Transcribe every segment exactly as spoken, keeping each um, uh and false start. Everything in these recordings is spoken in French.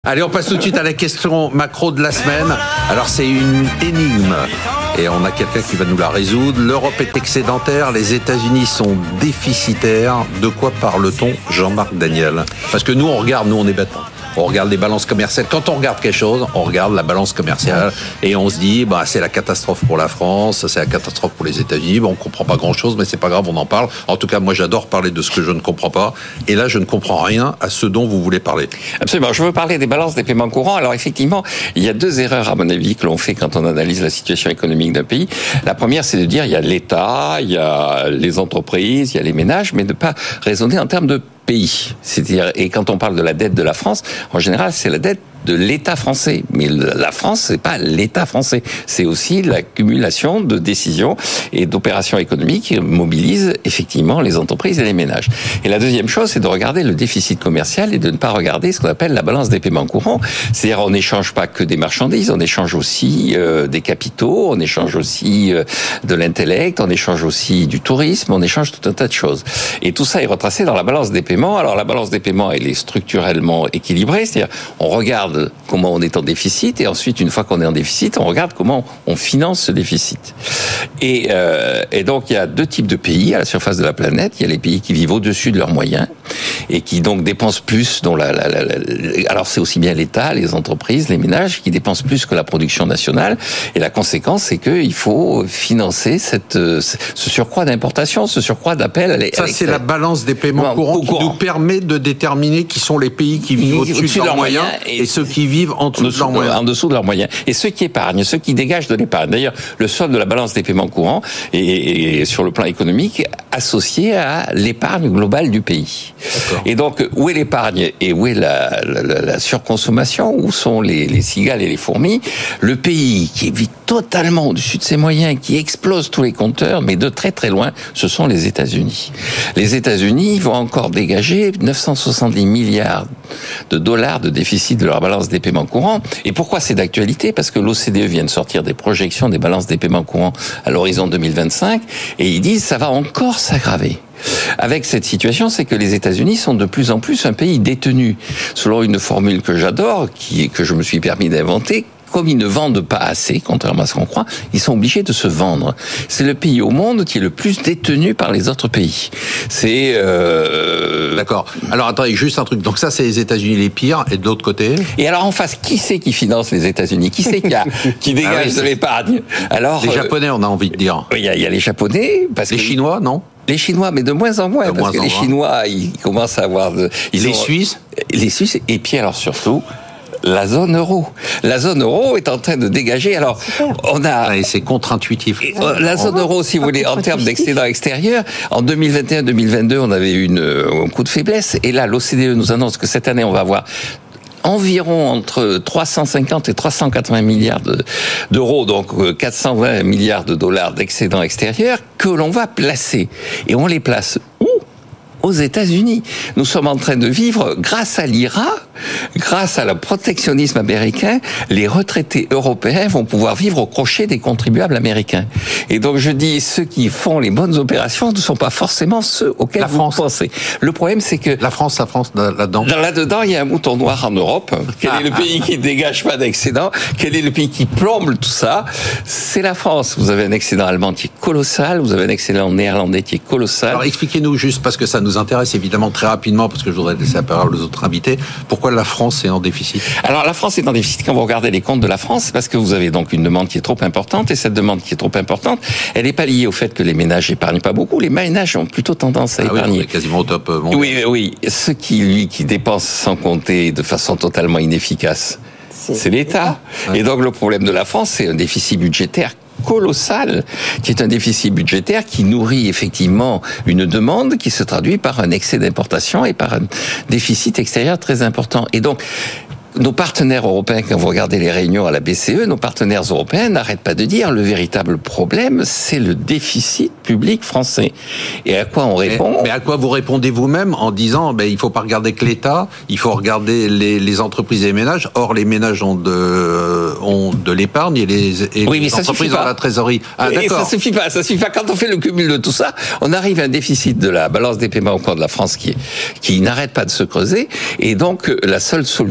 Allez, on passe tout de suite à la question macro de la semaine. Alors, c'est une énigme et on a quelqu'un qui va nous la résoudre. L'Europe est excédentaire, les États-Unis sont déficitaires. De quoi parle-t-on, Jean-Marc Daniel? Parce que nous, on regarde, nous, on est bêtes. On regarde les balances commerciales. Quand on regarde quelque chose, on regarde la balance commerciale et on se dit, bah, c'est la catastrophe pour la France, c'est la catastrophe pour les États-Unis. Bon, on comprend pas grand-chose, mais c'est pas grave, on en parle. En tout cas, moi, j'adore parler de ce que je ne comprends pas. Et là, je ne comprends rien à ce dont vous voulez parler. Absolument. Je veux parler des balances des paiements courants. Alors, effectivement, il y a deux erreurs, à mon avis, que l'on fait quand on analyse la situation économique d'un pays. La première, c'est de dire, il y a l'État, il y a les entreprises, il y a les ménages, mais de pas raisonner en termes de pays. C'est-à-dire, et quand on parle de la dette de la France, en général, c'est la dette de l'État français. Mais la France, c'est pas l'État français. C'est aussi l'accumulation de décisions et d'opérations économiques qui mobilisent effectivement les entreprises et les ménages. Et la deuxième chose, c'est de regarder le déficit commercial et de ne pas regarder ce qu'on appelle la balance des paiements courants. C'est-à-dire, on n'échange pas que des marchandises, on échange aussi euh, des capitaux, on échange aussi euh, de l'intellect, on échange aussi du tourisme, on échange tout un tas de choses. Et tout ça est retracé dans la balance des paiements. Alors, la balance des paiements, elle est structurellement équilibrée. C'est-à-dire, on regarde comment on est en déficit, et ensuite, une fois qu'on est en déficit, on regarde comment on finance ce déficit. Et, euh, et donc, il y a deux types de pays à la surface de la planète. Il y a les pays qui vivent au-dessus de leurs moyens et qui donc dépensent plus. Dont la, la, la, la, alors, c'est aussi bien l'État, les entreprises, les ménages qui dépensent plus que la production nationale. Et la conséquence, c'est qu'il faut financer cette, ce surcroît d'importation, ce surcroît d'appel. À Ça, c'est la balance des paiements courants qui nous permet de déterminer qui sont les pays qui vivent au-dessus, au-dessus de leurs moyens et, et ceux qui vivent en dessous, en, dessous de leurs moyens. en dessous de leurs moyens. Et ceux qui épargnent, ceux qui dégagent de l'épargne. D'ailleurs, le solde de la balance des paiements courants est, est sur le plan économique associé à l'épargne globale du pays. D'accord. Et donc, où est l'épargne et où est la, la, la surconsommation? Où sont les, les cigales et les fourmis? Le pays qui vit totalement au-dessus de ses moyens, qui explose tous les compteurs, mais de très très loin, ce sont les États-Unis. Les États-Unis vont encore dégager neuf cent soixante-dix milliards de dollars de déficit de leur balance des paiements courants. Et pourquoi c'est d'actualité? Parce que l'O C D E vient de sortir des projections des balances des paiements courants à l'horizon deux mille vingt-cinq, et ils disent ça va encore s'aggraver. Avec cette situation, c'est que les États-Unis sont de plus en plus un pays détenu. Selon une formule que j'adore, qui, que je me suis permis d'inventer, comme ils ne vendent pas assez, contrairement à ce qu'on croit, ils sont obligés de se vendre. C'est le pays au monde qui est le plus détenu par les autres pays. C'est... Euh... D'accord. Alors, attendez, juste un truc. Donc ça, c'est les États-Unis les pires, et de l'autre côté... Et alors, en face, qui c'est qui finance les États-Unis? Qui c'est qui, a, qui dégage ah oui, de l'épargne? Alors, les Japonais, on a envie de dire. Il y a, il y a les Japonais... Parce les que Chinois, non? Les Chinois, mais de moins en moins, de parce moins que les moins. Chinois, ils commencent à avoir... De, ils les ont, Suisses Les Suisses, et puis alors surtout... la zone euro. La zone euro est en train de dégager. Alors, on a... Et c'est contre-intuitif. La zone euro, si vous voulez, en termes d'excédent extérieur, en deux mille vingt et un deux mille vingt-deux, on avait eu une, un coup de faiblesse. Et là, l'O C D E nous annonce que cette année, on va avoir environ entre trois cent cinquante et trois cent quatre-vingts milliards de, d'euros, donc quatre cent vingt milliards de dollars d'excédent extérieur que l'on va placer. Et on les place où? Aux États-Unis. Nous sommes en train de vivre, grâce à l'I R A, grâce à le protectionnisme américain, les retraités européens vont pouvoir vivre au crochet des contribuables américains. Et donc je dis, ceux qui font les bonnes opérations ne sont pas forcément ceux auxquels la vous France. pensez. Le problème, c'est que... La France, la France, là-dedans. Là-dedans, il y a un mouton noir en Europe. Quel est le pays qui ne dégage pas d'excédent? Quel est le pays qui plombe tout ça? C'est la France. Vous avez un excédent allemand qui est colossal, vous avez un excédent néerlandais qui est colossal. Alors expliquez-nous juste, parce que ça nous intéresse évidemment très rapidement, parce que je voudrais laisser la parole aux autres invités, pourquoi la France est en déficit? Alors la France est en déficit quand vous regardez les comptes de la France, c'est parce que vous avez donc une demande qui est trop importante, et cette demande qui est trop importante, elle n'est pas liée au fait que les ménages épargnent pas beaucoup. Les ménages ont plutôt tendance à ah épargner. Oui, on est quasiment au top mondial. Oui, oui. Ceux qui, lui, qui dépensent sans compter de façon totalement inefficace, c'est, c'est l'État. Ouais. Et donc le problème de la France, c'est un déficit budgétaire colossal, qui est un déficit budgétaire qui nourrit effectivement une demande qui se traduit par un excès d'importation et par un déficit extérieur très important. Et donc, nos partenaires européens, quand vous regardez les réunions à la B C E, nos partenaires européens n'arrêtent pas de dire le véritable problème, c'est le déficit public français. Et à quoi on répond? Mais, mais à quoi vous répondez vous-même en disant, ben, il faut pas regarder que l'État, il faut regarder les, les entreprises et les ménages. Or, les ménages ont de, ont de l'épargne et les, et oui, les entreprises ont la trésorerie. Ah, oui, d'accord. Ça suffit pas, ça suffit pas. Quand on fait le cumul de tout ça, on arrive à un déficit de la balance des paiements au cours de la France qui, qui n'arrête pas de se creuser. Et donc, la seule solution, la dont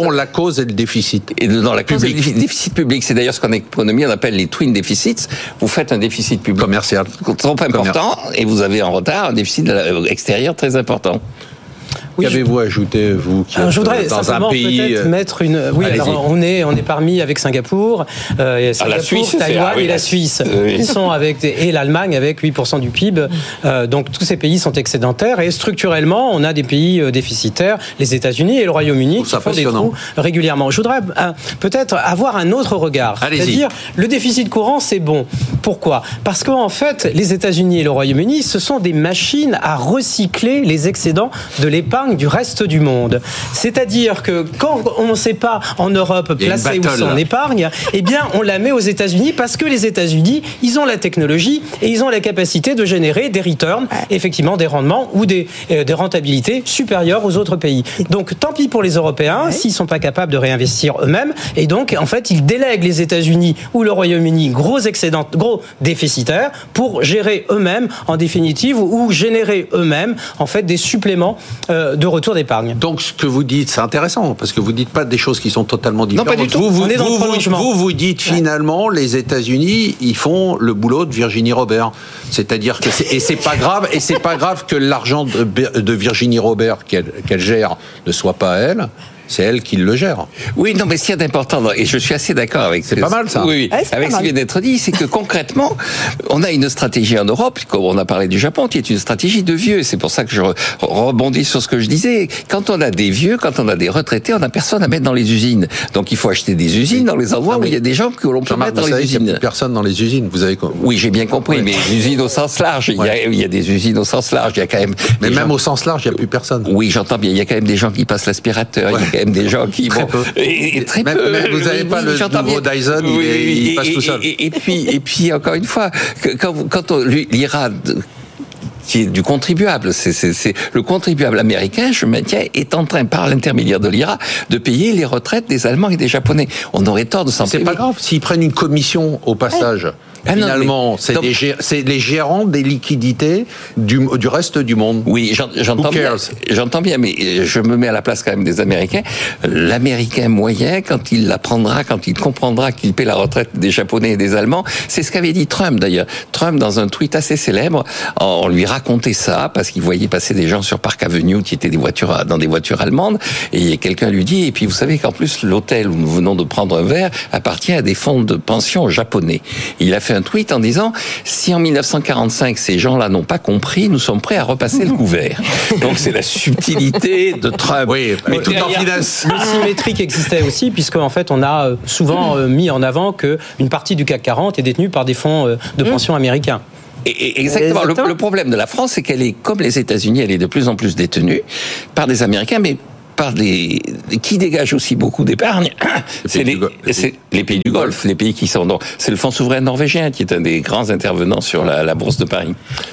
dont la cause est le déficit. Et dans la cause, public. Le déficit public, c'est d'ailleurs ce qu'en économie on appelle les twin déficits. Vous faites un déficit public commercial trop important Commerce. Et vous avez en retard un déficit extérieur très important. Oui, Qu'avez-vous ajouté, vous, qui alors, je voudrais dans simplement un pays peut-être mettre une. Oui, Allez-y. alors on est on est parmi avec Singapour, euh, Singapour, ah, la Suisse, Taïwan ah, oui, et la Suisse. Oui. Ils sont avec et l'Allemagne avec huit pour cent du P I B. Euh, donc tous ces pays sont excédentaires et structurellement on a des pays déficitaires, les États-Unis et le Royaume-Uni qui font des trous régulièrement. Je voudrais euh, peut-être avoir un autre regard, Allez-y. C'est-à-dire le déficit courant c'est bon. Pourquoi ? Parce qu'en fait les États-Unis et le Royaume-Uni ce sont des machines à recycler les excédents de l'épargne du reste du monde. C'est-à-dire que quand on ne sait pas en Europe placer où son épargne, eh bien on la met aux États-Unis parce que les États-Unis, ils ont la technologie et ils ont la capacité de générer des returns, effectivement des rendements ou des, euh, des rentabilités supérieures aux autres pays. Donc tant pis pour les Européens ouais. s'ils ne sont pas capables de réinvestir eux-mêmes et donc en fait ils délèguent les États-Unis ou le Royaume-Uni gros excédents, gros déficitaires pour gérer eux-mêmes en définitive ou, ou générer eux-mêmes en fait des suppléments euh, de retour d'épargne. Donc ce que vous dites, c'est intéressant parce que vous dites pas des choses qui sont totalement différentes. Non, pas du tout. Vous, vous, On est dans vous, le prolongement. Vous, vous dites finalement les États-Unis, ils font le boulot de Virginie Robert. C'est-à-dire que c'est, et c'est pas grave et c'est pas grave que l'argent de, de Virginie Robert qu'elle, qu'elle gère ne soit pas à elle. C'est elle qui le gère. Oui, non, mais ce qu'il y a d'important, et je suis assez d'accord avec c'est pas mal ça. Oui, ouais, avec ce qui vient d'être dit, c'est que concrètement, on a une stratégie en Europe, comme on a parlé du Japon, qui est une stratégie de vieux. C'est pour ça que je re- rebondis sur ce que je disais. Quand on a des vieux, quand on a des retraités, on n'a personne à mettre dans les usines. Donc il faut acheter des usines dans les endroits où il y a des gens que l'on peut mettre dans les usines. Il n'y a plus personne dans les usines. Vous avez quoi ? Oui, j'ai bien compris, ouais. mais l'usine au sens large, il, ouais. y a, il y a des usines au sens large. Il y a quand même. Mais même gens... au sens large, il n'y a plus personne. Oui, j'entends bien. Il y a quand même des gens qui passent l'aspirateur. Ouais. Il y a quand même des gens qui Très peu. Et, et très mais, peu. Mais vous n'avez pas le nouveau bien. Dyson, oui, il, est, il et, passe et, tout seul. Et, et, et, puis, et puis, encore une fois, quand, quand on, l'I R A... qui est du contribuable. C'est, c'est, c'est le contribuable américain, je maintiens, est en train, par l'intermédiaire de l'I R A, de payer les retraites des Allemands et des Japonais. On aurait tort de s'en priver. C'est pas grave. S'ils prennent une commission au passage, ouais. ah non, finalement, c'est, donc, les gé- c'est les gérants des liquidités du, du reste du monde. Oui, j'entends bien, j'entends bien, mais je me mets à la place quand même des Américains. L'Américain moyen, quand il l'apprendra, quand il comprendra qu'il paie la retraite des Japonais et des Allemands, c'est ce qu'avait dit Trump d'ailleurs. Trump, dans un tweet assez célèbre, on lui racontait ça parce qu'il voyait passer des gens sur Park Avenue qui étaient des voitures, dans des voitures allemandes, et quelqu'un lui dit, et puis vous savez qu'en plus l'hôtel où nous venons de prendre un verre appartient à des fonds de pension japonais. Il a fait un tweet en disant, si en dix-neuf cent quarante-cinq ces gens-là n'ont pas compris, nous sommes prêts à repasser le couvert. Donc c'est la subtilité de Trump. Oui, mais tout en finesse. Le symétrique existait aussi, puisque en fait on a souvent mis en avant qu'une partie du C A C quarante est détenue par des fonds de pension américains. Et exactement. Le, le problème de la France, c'est qu'elle est, comme les États-Unis, elle est de plus en plus détenue par des Américains, mais par des qui dégagent aussi beaucoup d'épargne. C'est les, c'est les pays du Golfe, les pays qui sont dans. C'est le Fonds souverain norvégien qui est un des grands intervenants sur la, la bourse de Paris.